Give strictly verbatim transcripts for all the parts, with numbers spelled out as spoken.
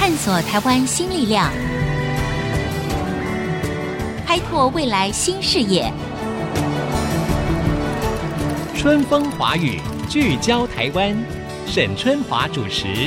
探索台湾新力量，开拓未来新视野。 春风华语，聚焦台湾，沈春华主持。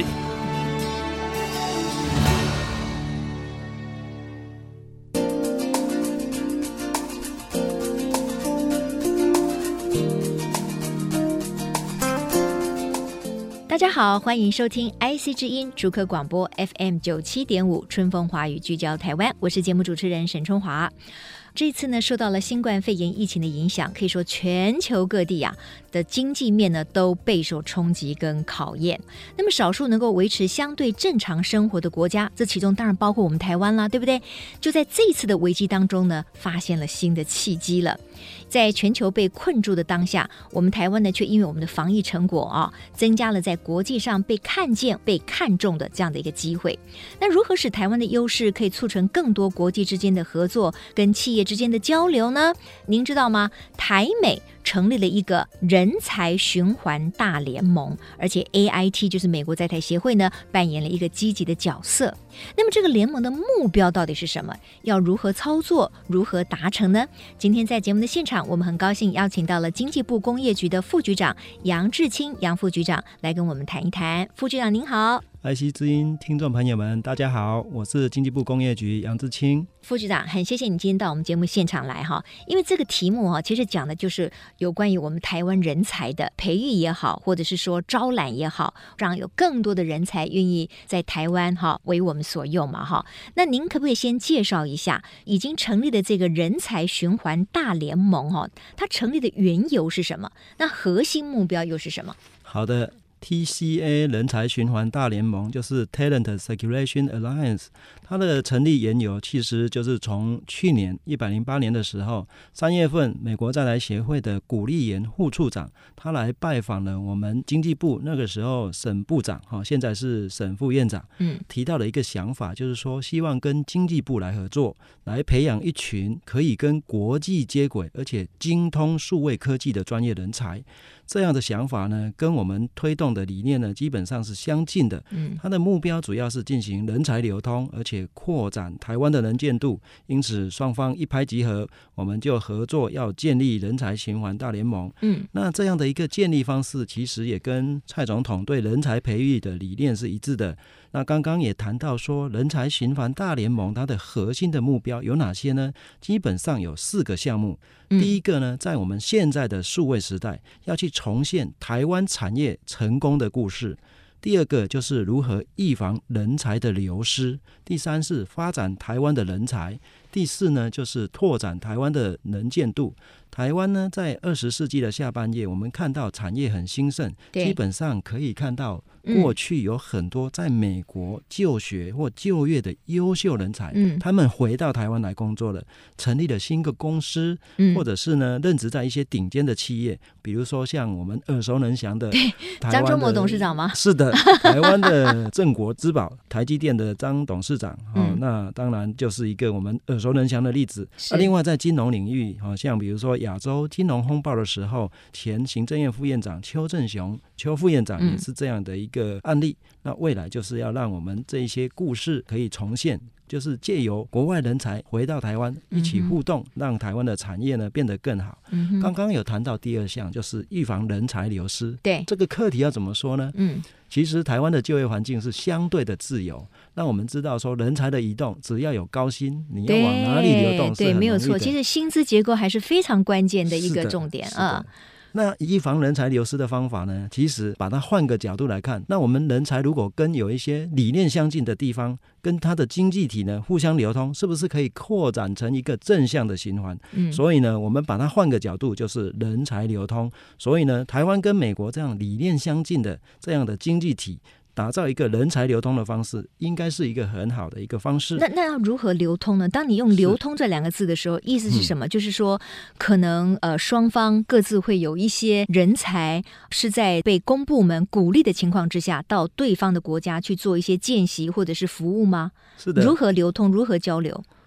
大家好，欢迎收听 I C 之音竹科广播 F M 九七点五春风华语聚焦台湾，我是节目主持人沈春华。这次呢，受到了新冠肺炎疫情的影响，可以说全球各地啊的经济面呢都备受冲击跟考验。那么少数能够维持相对正常生活的国家，这其中当然包括我们台湾啦，对不对？就在这一次的危机当中呢，发现了新的契机了。在全球被困住的当下，我们台湾呢却因为我们的防疫成果啊，增加了在国际上被看见、被看重的这样的一个机会。那如何使台湾的优势可以促成更多国际之间的合作跟企业之间的交流呢？您知道吗？台美成立了一个人才循环大联盟，而且 A I T 就是美国在台协会呢扮演了一个积极的角色。那么这个联盟的目标到底是什么？要如何操作？如何达成呢？今天在节目的现场，我们很高兴邀请到了经济部工业局的副局长杨志清杨副局长来跟我们谈一谈。副局长您好。 I C 之音听众朋友们大家好，我是经济部工业局杨志清副局长。很谢谢你今天到我们节目现场来哈，因为这个题目哈，其实讲的就是有关于我们台湾人才的培育也好，或者是说招揽也好，让有更多的人才愿意在台湾哈为我们所用嘛哈。那您可不可以先介绍一下已经成立的这个人才循环大联盟哈？它成立的缘由是什么？那核心目标又是什么？ 好的，T C A 人才循环大联盟就是 Talent Circulation Alliance， 它的成立缘由其实就是从去年一百零八年的时候，三月份美国在台协会的古立言副处长他来拜访了我们经济部，那个时候沈部长现在是沈副院长，嗯，提到了一个想法，就是说希望跟经济部来合作，来培养一群可以跟国际接轨而且精通数位科技的专业人才。这样的想法呢，跟我们推动的理念呢，基本上是相近的。嗯，它的目标主要是进行人才流通，而且扩展台湾的能见度。因此，双方一拍即合，我们就合作要建立人才循环大联盟。嗯，那这样的一个建立方式，其实也跟蔡总统对人才培育的理念是一致的。那刚刚也谈到说，人才循环大联盟它的核心的目标有哪些呢？基本上有四个项目。第一个呢，在我们现在的数位时代，要去重现台湾产业成功的故事。第二个就是如何预防人才的流失。第三是发展台湾的人才。第四呢，就是拓展台湾的能见度。台湾呢，在二十世纪的下半叶，我们看到产业很兴盛，基本上可以看到过去有很多在美国就学或就业的优秀人才，嗯、他们回到台湾来工作了，成立了新的公司，嗯、或者是呢任职在一些顶尖的企业，比如说像我们耳熟能详的张忠谋董事长吗？ 是的，台湾的正国之宝台积电的张董事长，嗯哦，那当然就是一个我们耳熟能详的例子。啊、另外在金融领域，哦，像比如说亚洲金融风暴的时候，前行政院副院长邱正雄邱副院长也是这样的一个案例。嗯、那未来就是要让我们这一些故事可以重现，就是借由国外人才回到台湾一起互动，嗯、让台湾的产业呢变得更好。嗯、刚刚有谈到第二项，就是预防人才流失。对，这个课题要怎么说呢？嗯，其实台湾的就业环境是相对的自由，那我们知道说人才的移动，只要有高薪，你要往哪里流动是很容易的。对，没有错。其实薪资结构还是非常关键的一个重点啊。 那预防人才流失的方法呢，其实把它换个角度来看，那我们人才如果跟有一些理念相近的地方，跟它的经济体呢互相流通，是不是可以扩展成一个正向的循环？嗯，所以呢我们把它换个角度，就是人才流通。所以呢台湾跟美国这样理念相近的这样的经济体，打造一个人才流通的方式，应该是一个很好的一个方式。 那那要如何流通呢？当你用流通这两个字的时候，意思是什么？嗯、就是说可能呃双方各自会有一些人才是在被公部门鼓励的情况之下，到对方的国家去做一些见习或者是服务吗？ 是的。 如何流通？如何交流？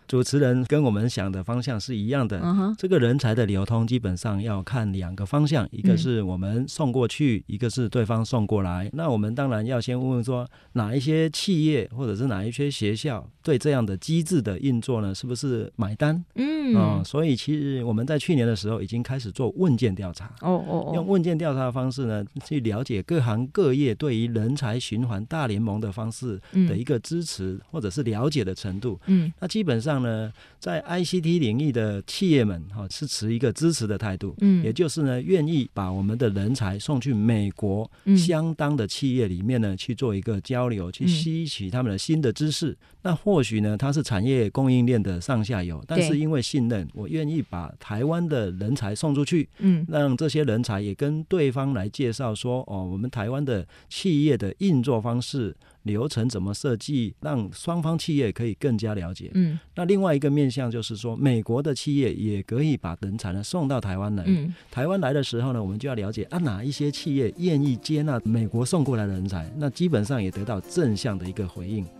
主持人跟我们想的方向是一样的、uh-huh. 这个人才的流通基本上要看两个方向，一个是我们送过去、嗯、一个是对方送过来。那我们当然要先问问说哪一些企业或者是哪一些学校对这样的机制的运作呢是不是买单。嗯、呃、所以其实我们在去年的时候已经开始做问卷调查，哦哦哦，用问卷调查的方式呢去了解各行各业对于人才循环大联盟的方式的一个支持、嗯、或者是了解的程度。嗯，那基本上呢在 I C T 领域的企业们、哦、是持一个支持的态度，嗯，也就是呢愿意把我们的人才送去美国相当的企业里面呢去做一个交流，去吸取他们的新的知识。那或许呢它是产业供应链的上下游，但是因为信任，我愿意把台湾的人才送出去，嗯，让这些人才也跟对方来介绍说，哦，我们台湾的企业的运作方式、流程怎么设计，让双方企业可以更加了解。嗯，那另外一个面向就是说，美国的企业也可以把人才呢送到台湾来。嗯，台湾来的时候呢，我们就要了解啊，哪一些企业愿意接纳美国送过来的人才，那基本上也得到正向的一个回应。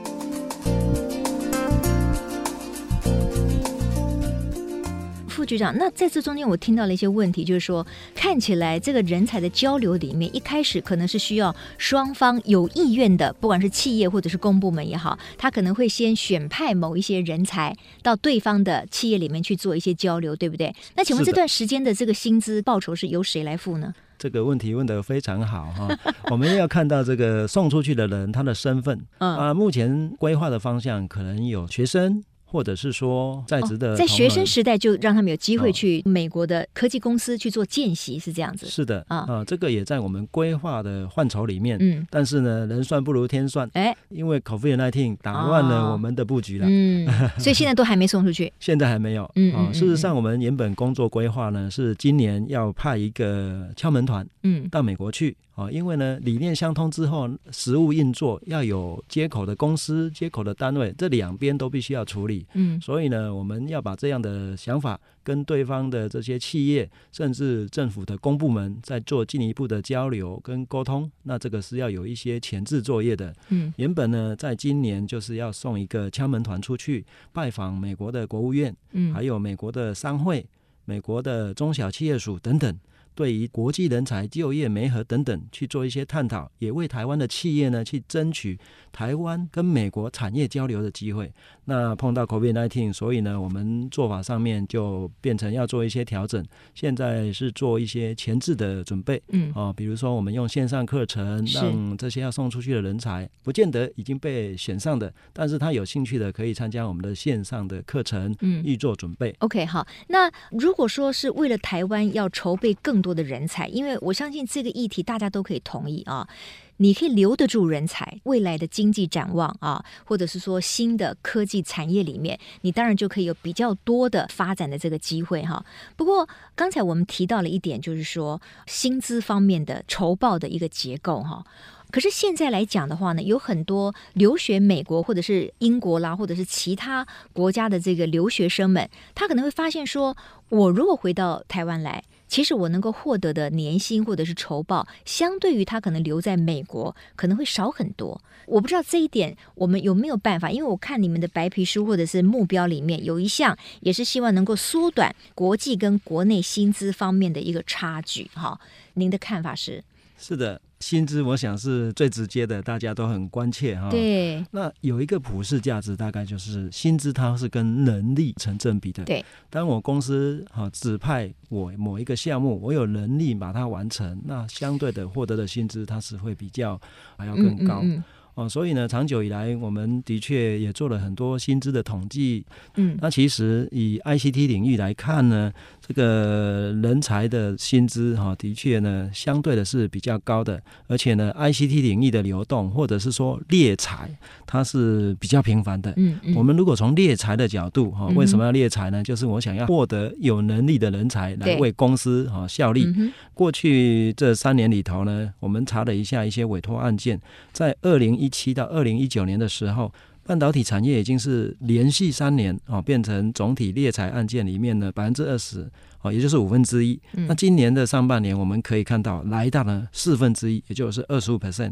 副局长，那在这中间我听到了一些问题，就是说看起来这个人才的交流里面一开始可能是需要双方有意愿的，不管是企业或者是公部门也好，他可能会先选派某一些人才到对方的企业里面去做一些交流，对不对？那请问这段时间的这个薪资报酬是由谁来付呢？ 这个问题问得非常好哈，我们要看到这个送出去的人他的身份、嗯、啊，目前规划的方向可能有学生，或者是说在职的、哦、 在学生时代就让他们有机会去美国的科技公司去做见习，是这样子。 是的啊、呃，这个也在我们规划的范畴里面。嗯，但是呢，人算不如天算，哎，因为 COVID 十九 打乱了我们的布局了。嗯， 所以现在都还没送出去。 现在还没有。嗯、呃、事实上，我们原本工作规划呢是今年要派一个敲门团，嗯，到美国去。哦，因为呢，理念相通之后，实务运作要有接口的公司、接口的单位，这两边都必须要处理。嗯，所以呢，我们要把这样的想法跟对方的这些企业，甚至政府的公部门，再做进一步的交流跟沟通。那这个是要有一些前置作业的。嗯，原本呢，在今年就是要送一个敲门团出去拜访美国的国务院，嗯，还有美国的商会、美国的中小企业署等等。对于国际人才就业媒合等等去做一些探讨，也为台湾的企业呢去争取台湾跟美国产业交流的机会。那碰到 COVID 十九， 所以呢我们做法上面就变成要做一些调整，现在是做一些前置的准备。嗯、哦、比如说我们用线上课程，让这些要送出去的人才不见得已经被选上的，但是他有兴趣的可以参加我们的线上的课程，嗯，预做准备。 OK， 好，那如果说是为了台湾要筹备更多的人才，因为我相信这个议题大家都可以同意啊，你可以留得住人才，未来的经济展望啊，或者是说新的科技产业里面，你当然就可以有比较多的发展的这个机会哈。不过刚才我们提到了一点，就是说薪资方面的酬报的一个结构哈。可是现在来讲的话呢，有很多留学美国或者是英国啦，或者是其他国家的这个留学生们，他可能会发现说，我如果回到台湾来，其实我能够获得的年薪或者是酬报，相对于他可能留在美国可能会少很多。我不知道这一点我们有没有办法，因为我看你们的白皮书或者是目标里面有一项也是希望能够缩短国际跟国内薪资方面的一个差距哈。您的看法是？ 是的，薪资我想是最直接的，大家都很关切哈。 对， 那有一个普世价值，大概就是薪资它是跟能力成正比的。 对，当我公司哈指派我某一个项目，我有能力把它完成，那相对的获得的薪资它是会比较还要更高。嗯嗯嗯哦，所以呢，长久以来，我们的确也做了很多薪资的统计。嗯，那其实以 I C T 领域来看呢，这个人才的薪资哈、哦，的确呢，相对的是比较高的，而且呢 ，I C T 领域的流动或者是说猎才，它是比较频繁的。嗯嗯，我们如果从猎才的角度哈、哦，为什么要猎才呢？就是我想要获得有能力的人才来为公司哈、哦、效力。嗯、过去这三年里头呢，我们查了一下一些委托案件，在二零一七到二零一九年的时候，半导体产业已经是连续三年、哦、变成总体猎才案件里面的百分之二十，也就是五分之一。那今年的上半年，我们可以看到来到了四分之一，也就是二十五 percent。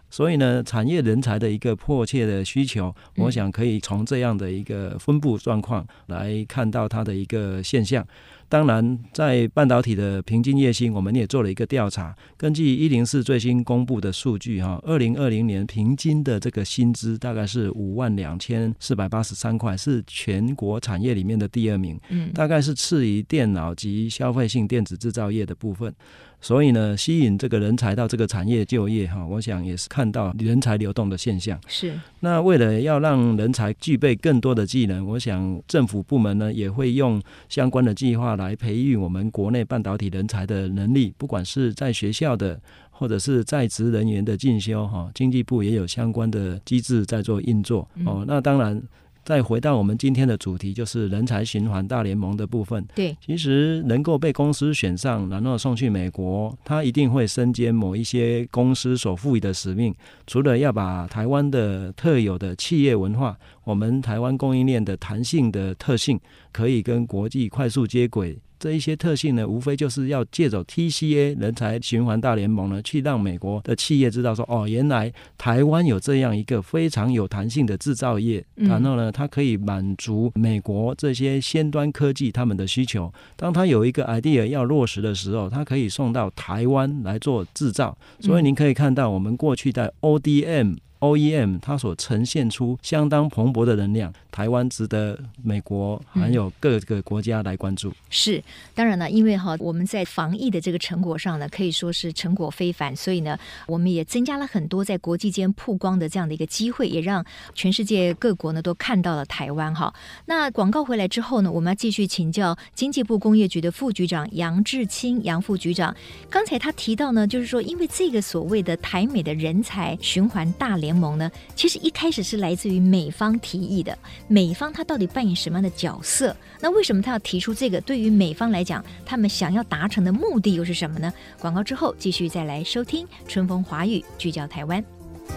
所以呢，产业人才的一个迫切的需求，我想可以从这样的一个分布状况来看到它的一个现象。当然，在半导体的平均月薪，我们也做了一个调查。根据一零四最新公布的数据，二零二零年平均的这个薪资大概是五万两千四百八十三块，是全国产业里面的第二名，嗯，大概是次于电脑及消费性电子制造业的部分。所以呢，吸引这个人才到这个产业就业，我想也是看到人才流动的现象。 是。 那为了要让人才具备更多的技能，我想政府部门呢也会用相关的计划来培育我们国内半导体人才的能力，不管是在学校的或者是在职人员的进修，经济部也有相关的机制在做运作。哦，那当然再回到我们今天的主题，就是人才循环大联盟的部分。 对， 其实能够被公司选上，然后送去美国，他一定会身兼某一些公司所赋予的使命。除了要把台湾的特有的企业文化，我们台湾供应链的弹性的特性，可以跟国际快速接轨。这一些特性呢，无非就是要借走 T C A 人才循环大联盟呢，去让美国的企业知道说，哦，原来台湾有这样一个非常有弹性的制造业，嗯、然后呢，它可以满足美国这些先端科技他们的需求。当它有一个 idea 要落实的时候，它可以送到台湾来做制造。所以您可以看到，我们过去在 O D M。O E M 它所呈现出相当蓬勃的能量，台湾值得美国还有各个国家来关注。嗯、 是，当然了，因为哈我们在防疫的这个成果上呢，可以说是成果非凡，所以呢，我们也增加了很多在国际间曝光的这样的一个机会，也让全世界各国呢都看到了台湾哈。那广告回来之后呢，我们要继续请教经济部工业局的副局长杨志清杨副局长。刚才他提到呢，就是说，因为这个所谓的台美的人才循环大联盟联盟呢，其实一开始是来自于美方提议的。美方他到底扮演什么样的角色？那为什么他要提出这个？对于美方来讲，他们想要达成的目的又是什么呢？广告之后继续再来收听春风华语，聚焦台湾。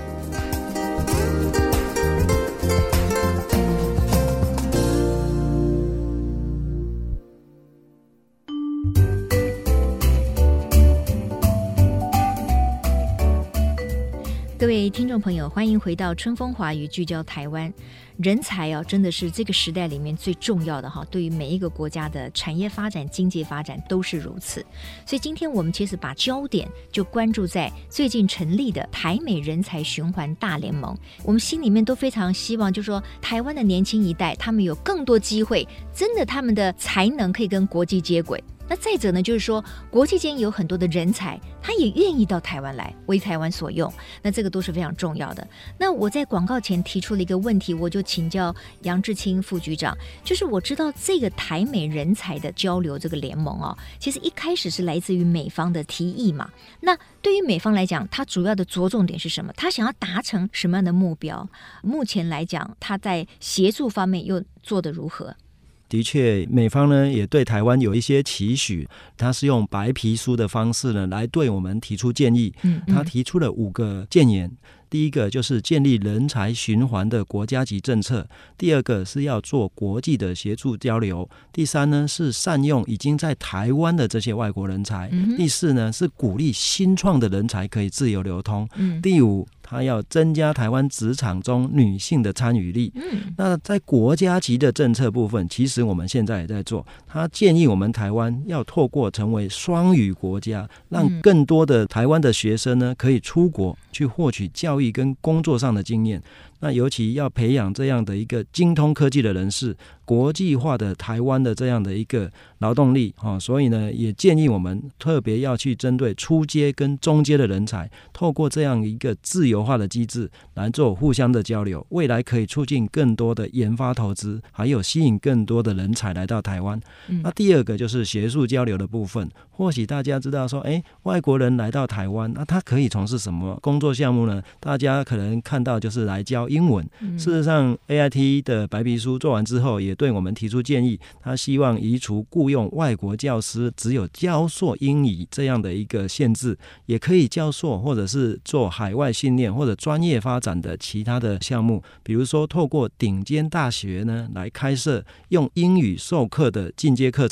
各位听众朋友，欢迎回到春风华语，聚焦台湾。人才哦，真的是这个时代里面最重要的哈，对于每一个国家的产业发展、经济发展都是如此。所以今天我们其实把焦点就关注在最近成立的台美人才循环大联盟。我们心里面都非常希望，就是说台湾的年轻一代，他们有更多机会，真的他们的才能可以跟国际接轨。那再者呢，就是说国际间有很多的人才，他也愿意到台湾来为台湾所用，那这个都是非常重要的。那我在广告前提出了一个问题，我就请教杨志清副局长，就是我知道这个台美人才的交流这个联盟哦，其实一开始是来自于美方的提议嘛。那对于美方来讲，它主要的着重点是什么？他想要达成什么样的目标？目前来讲，他在协助方面又做得如何？ 的确，美方呢也对台湾有一些期许，他是用白皮书的方式呢来对我们提出建议。嗯嗯他提出了五个建言。第一个就是建立人才循环的国家级政策，第二个是要做国际的协助交流，第三呢是善用已经在台湾的这些外国人才，嗯、第四呢是鼓励新创的人才可以自由流通，嗯、第五他要增加台湾职场中女性的参与力。嗯、那在国家级的政策部分，其实我们现在也在做，他建议我们台湾要透过成为双语国家，让更多的台湾的学生呢可以出国去获取教育跟工作上的经验。那尤其要培养这样的一个精通科技的人士，国际化的台湾的这样的一个劳动力、哦、所以呢也建议我们特别要去针对初阶跟中阶的人才，透过这样一个自由化的机制来做互相的交流，未来可以促进更多的研发投资，还有吸引更多的人才来到台湾、嗯、那第二个就是学术交流的部分。或许大家知道说，哎，外国人来到台湾，那他可以从事什么工作项目呢？大家可能看到就是来教英文。事实上 A I T 的白皮书做完之后，也对我们提出建议，他希望移除雇用外国教师只有教授英语这样的一个限制，也可以教授或者是做海外训练或者专业发展的其他的项目，比如说透过顶尖大学呢来开设用英语授课的进阶课程，不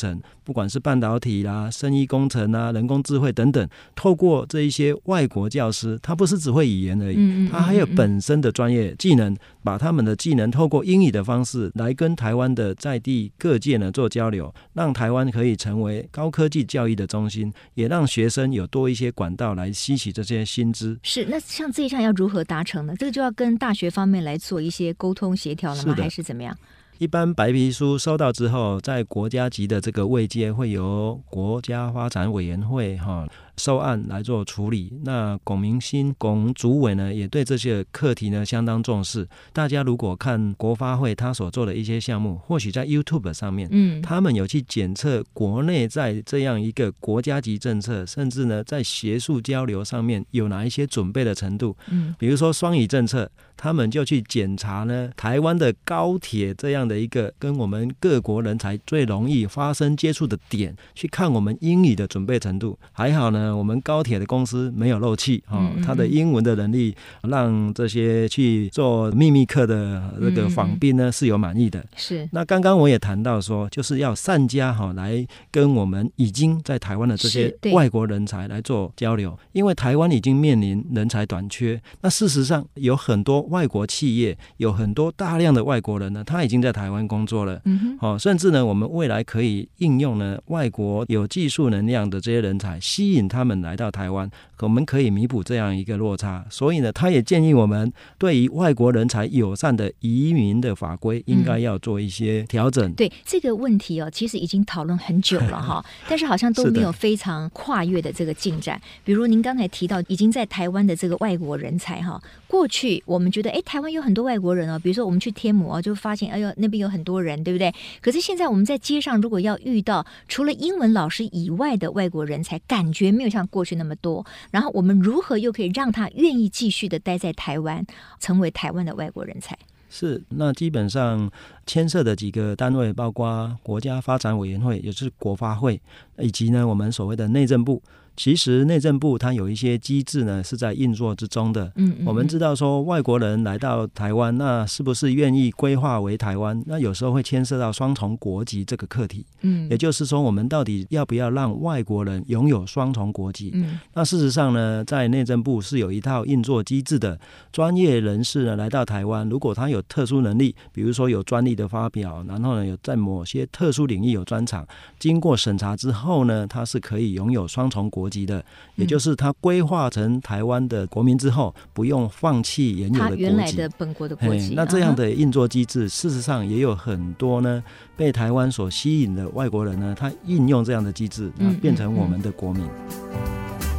不管是半导体啦、生医工程啊、人工智慧等等，透过这一些外国教师，他不是只会语言而已，嗯嗯嗯嗯，他还有本身的专业技能，把他们的技能透过英语的方式来跟台湾的在地各界呢做交流，让台湾可以成为高科技教育的中心，也让学生有多一些管道来吸取这些薪资。 是，那像这一项要如何达成呢？这个就要跟大学方面来做一些沟通协调了吗？还是怎么样？ 一般白皮书收到之后，在国家级的这个位阶会由国家发展委员会哈收案来做处理。那龚明鑫龚主委呢，也对这些课题呢相当重视。大家如果看国发会他所做的一些项目，或许在 YouTube 上面，嗯，他们有去检测国内在这样一个国家级政策，甚至呢在学术交流上面有哪一些准备的程度。嗯，比如说双语政策，他们就去检查呢台湾的高铁这样的一个跟我们各国人才最容易发生接触的点，去看我们英语的准备程度。还好呢，我们高铁的公司没有漏气，哦，他的英文的能力让这些去做秘密课的这个访宾呢是有满意的。是。那刚刚我也谈到说，就是要善加哈来跟我们已经在台湾的这些外国人才来做交流，因为台湾已经面临人才短缺。那事实上有很多外国企业，有很多大量的外国人呢，他已经在台湾工作了，嗯哦，甚至呢，我们未来可以应用呢外国有技术能量的这些人才，吸引他们来到台湾，我们可以弥补这样一个落差。所以呢，他也建议我们对于外国人才友善的移民的法规，应该要做一些调整。嗯， 对这个问题哦，其实已经讨论很久了哈，但是好像都没有非常跨越的这个进展。比如您刚才提到已经在台湾的这个外国人才哈，过去我们觉得哎，台湾有很多外国人哦，比如说我们去天母哦，就发现哎呦那边有很多人，对不对？可是现在我们在街上如果要遇到除了英文老师以外的外国人才，感觉没有像过去那么多。然后我们如何又可以让他愿意继续的待在台湾，成为台湾的外国人才？ 是，那基本上牵涉的几个单位，包括国家发展委员会，也就是国发会，以及呢我们所谓的内政部。其实内政部它有一些机制呢是在运作之中的。嗯嗯嗯，我们知道说外国人来到台湾，那是不是愿意规划为台湾？那有时候会牵涉到双重国籍这个课题。嗯，也就是说我们到底要不要让外国人拥有双重国籍？嗯，那事实上呢，在内政部是有一套运作机制的。专业人士呢来到台湾，如果他有特殊能力，比如说有专利的发表，然后呢有在某些特殊领域有专长，经过审查之后呢，他是可以拥有双重国籍的，也就是他规划成台湾的国民之后，不用放弃原有的国籍，他原来的本国的国籍。 那这样的运作机制，事实上也有很多呢被台湾所吸引的外国人呢，他应用这样的机制，那变成我们的国民。嗯嗯嗯，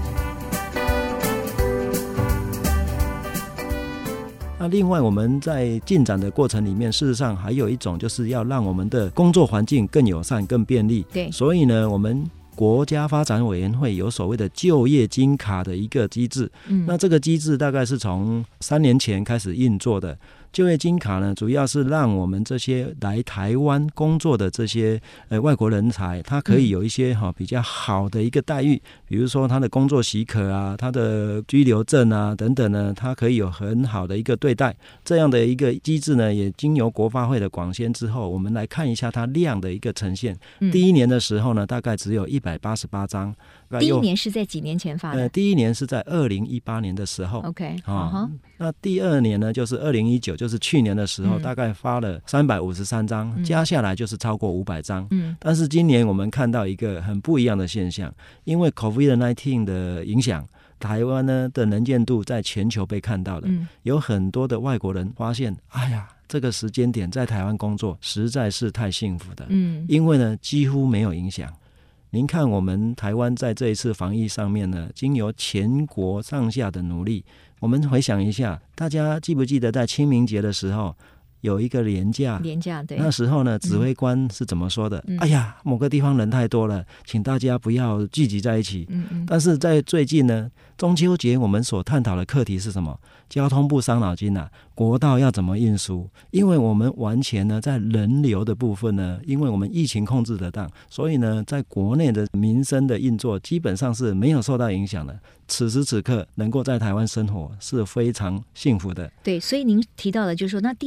那另外我们在进展的过程里面，事实上还有一种就是要让我们的工作环境更友善更便利。对，所以呢我们国家发展委员会有所谓的就业金卡的一个机制。嗯，那这个机制大概是从三年前开始运作的。就业金卡呢，主要是让我们这些来台湾工作的这些呃外国人才，他可以有一些哈、哦、比较好的一个待遇，比如说他的工作许可啊，他的居留证啊等等呢，他可以有很好的一个对待。这样的一个机制呢，也经由国发会的广宣之后，我们来看一下它量的一个呈现。嗯、第一年的时候呢，大概只有一百八十八张。 第一年是在几年前发的？ 呃，第一年是在二零一八年的时候。OK， 哦、uh-huh. 那第二年呢，就是二零一九，就是去年的时候，嗯、大概发了三百五十三张，嗯、加下来就是超过五百张。嗯，但是今年我们看到一个很不一样的现象，因为 COVID 十九 的影响，台湾呢的能见度在全球被看到了，嗯、有很多的外国人发现，哎呀，这个时间点在台湾工作实在是太幸福的。嗯，因为呢几乎没有影响。您看我们台湾在这一次防疫上面呢，经由全国上下的努力，我们回想一下，大家记不记得在清明节的时候有一个连假？ 连假，对。 那时候呢，指挥官是怎么说的？嗯、哎呀，某个地方人太多了，请大家不要聚集在一起。嗯嗯。但是在最近呢，中秋节我们所探讨的课题是什么？交通部伤脑筋啊，国道要怎么运输？因为我们完全呢在人流的部分呢，因为我们疫情控制得当，所以呢在国内的民生的运作基本上是没有受到影响的。此时此刻能够在台湾生活是非常幸福的。 对，所以您提到的就是说，那第三年的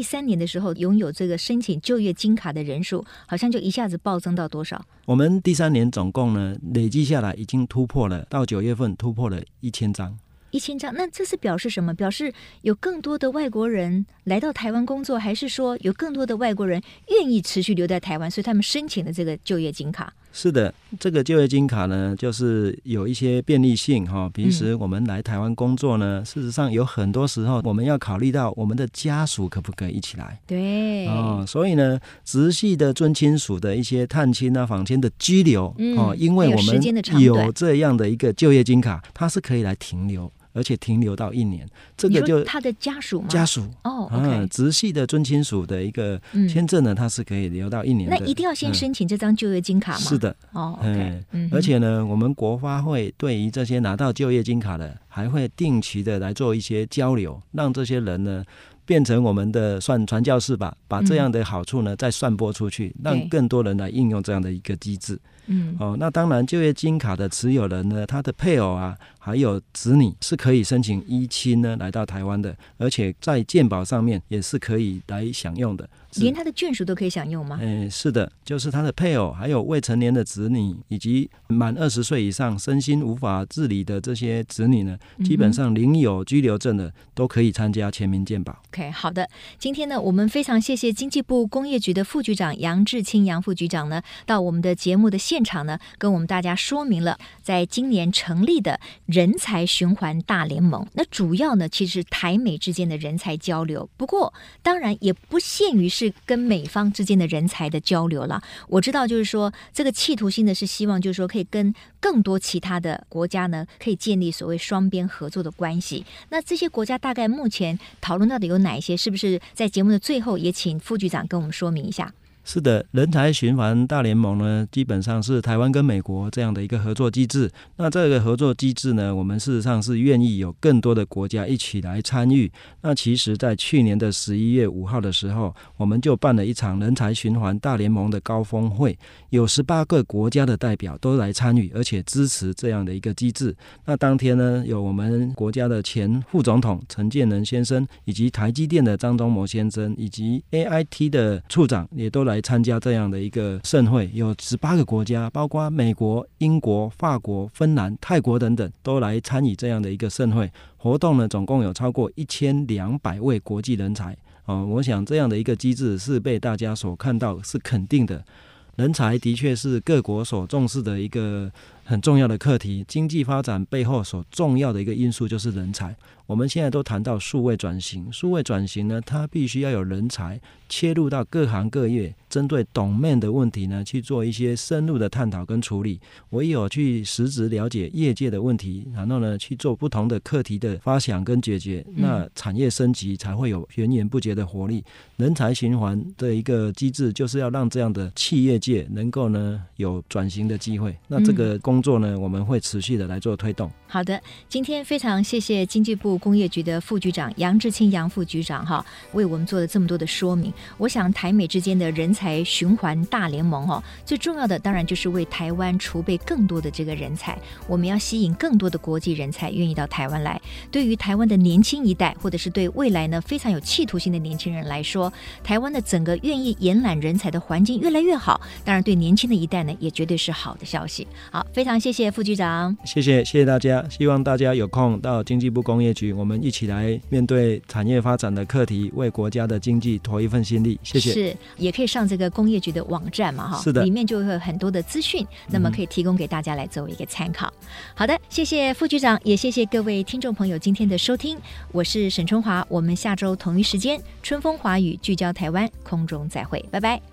的时候，拥有这个申请就业金卡的人数好像就一下子暴增到多少？ 我们第三年总共呢累计下来已经突破了，到九月份突破了一千张。 一千张，那这是表示什么？表示有更多的外国人来到台湾工作，还是说有更多的外国人愿意持续留在台湾，所以他们申请的这个就业金卡？ 是的，这个就业金卡呢，就是有一些便利性哈。平时我们来台湾工作呢，嗯、事实上有很多时候我们要考虑到我们的家属可不可以一起来。 对哦，所以呢，直系的尊亲属的一些探亲啊、访亲的居留、嗯、哦，因为我们有这样的一个就业金卡，它是可以来停留。而且停留到一年，这个就他的家属吗？ 家属哦， 嗯，直系的尊亲属的一个签证呢，嗯、它是可以留到一年的。 那一定要先申请这张就业金卡吗？ 嗯、是的， 哦 ，OK，嗯， 而且呢，我们国发会对于这些拿到就业金卡的，还会定期的来做一些交流，让这些人呢。变成我们的算传教士吧，把这样的好处呢、嗯、再散播出去，让更多人来应用这样的一个机制。嗯，哦，那当然就业金卡的持有人呢，他的配偶啊，还有子女是可以申请依亲呢来到台湾的，而且在健保上面也是可以来享用的。 连他的眷属都可以享用吗？ 嗯，是的，就是他的配偶，还有未成年的子女，以及满二十岁以上身心无法自理的这些子女呢，嗯、基本上领有居留证的都可以参加全民健保。 OK， 好的，今天呢，我们非常谢谢经济部工业局的副局长杨志清杨副局长呢，到我们的节目的现场呢，跟我们大家说明了在今年成立的人才循环大联盟。那主要呢，其实台美之间的人才交流，不过当然也不限于是跟美方之间的人才的交流了。我知道，就是说这个企图心的是希望，就是说可以跟更多其他的国家呢，可以建立所谓双边合作的关系。那这些国家大概目前讨论到的有哪一些？是不是在节目的最后也请副局长跟我们说明一下？ 是的，人才循环大联盟呢，基本上是台湾跟美国这样的一个合作机制。那这个合作机制呢，我们事实上是愿意有更多的国家一起来参与。那其实在去年的十一月五号的时候，我们就办了一场人才循环大联盟的高峰会，有十八个国家的代表都来参与，而且支持这样的一个机制。那当天呢，有我们国家的前副总统陈建仁先生，以及台积电的张忠谋先生，以及 A I T 的处长也都来来参加这样的一个盛会，有十八个国家，包括美国、英国、法国、芬兰、泰国等等，都来参与这样的一个盛会活动呢。总共有超过一千两百位国际人才、哦、我想这样的一个机制是被大家所看到，是肯定的。人才的确是各国所重视的一个很重要的课题，经济发展背后所重要的一个因素就是人才。我们现在都谈到数位转型，数位转型呢，它必须要有人才切入到各行各业，针对 domain 的问题呢，去做一些深入的探讨跟处理。唯有去实质了解业界的问题，然后呢，去做不同的课题的发想跟解决，那产业升级才会有源源不绝的活力。人才循环的一个机制，就是要让这样的企业界能够呢有转型的机会。那这个工作呢，我们会持续的来做推动。 好的，今天非常谢谢经济部工业局的副局长杨志清杨副局长哈，为我们做了这么多的说明。我想台美之间的人才循环大联盟哈，最重要的当然就是为台湾储备更多的这个人才，我们要吸引更多的国际人才愿意到台湾来。对于台湾的年轻一代，或者是对未来呢非常有企图心的年轻人来说，台湾的整个愿意延揽人才的环境越来越好，当然对年轻的一代呢也绝对是好的消息。好，非常谢谢副局长。 谢谢谢谢大家，希望大家有空到经济部工业局，我们一起来面对产业发展的课题，为国家的经济投一份心力。谢谢。 是，也可以上这个工业局的网站嘛哈， 是的， 里面就会有很多的资讯，那么可以提供给大家来作为一个参考。好的，谢谢副局长，也谢谢各位听众朋友今天的收听，我是沈春华，我们下周同一时间春风华语聚焦台湾空中再会，拜拜。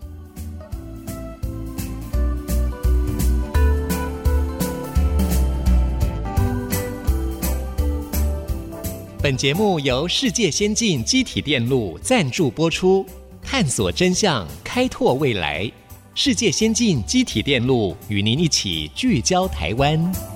本节目由世界先进机体电路赞助播出，探索真相，开拓未来。世界先进机体电路与您一起聚焦台湾。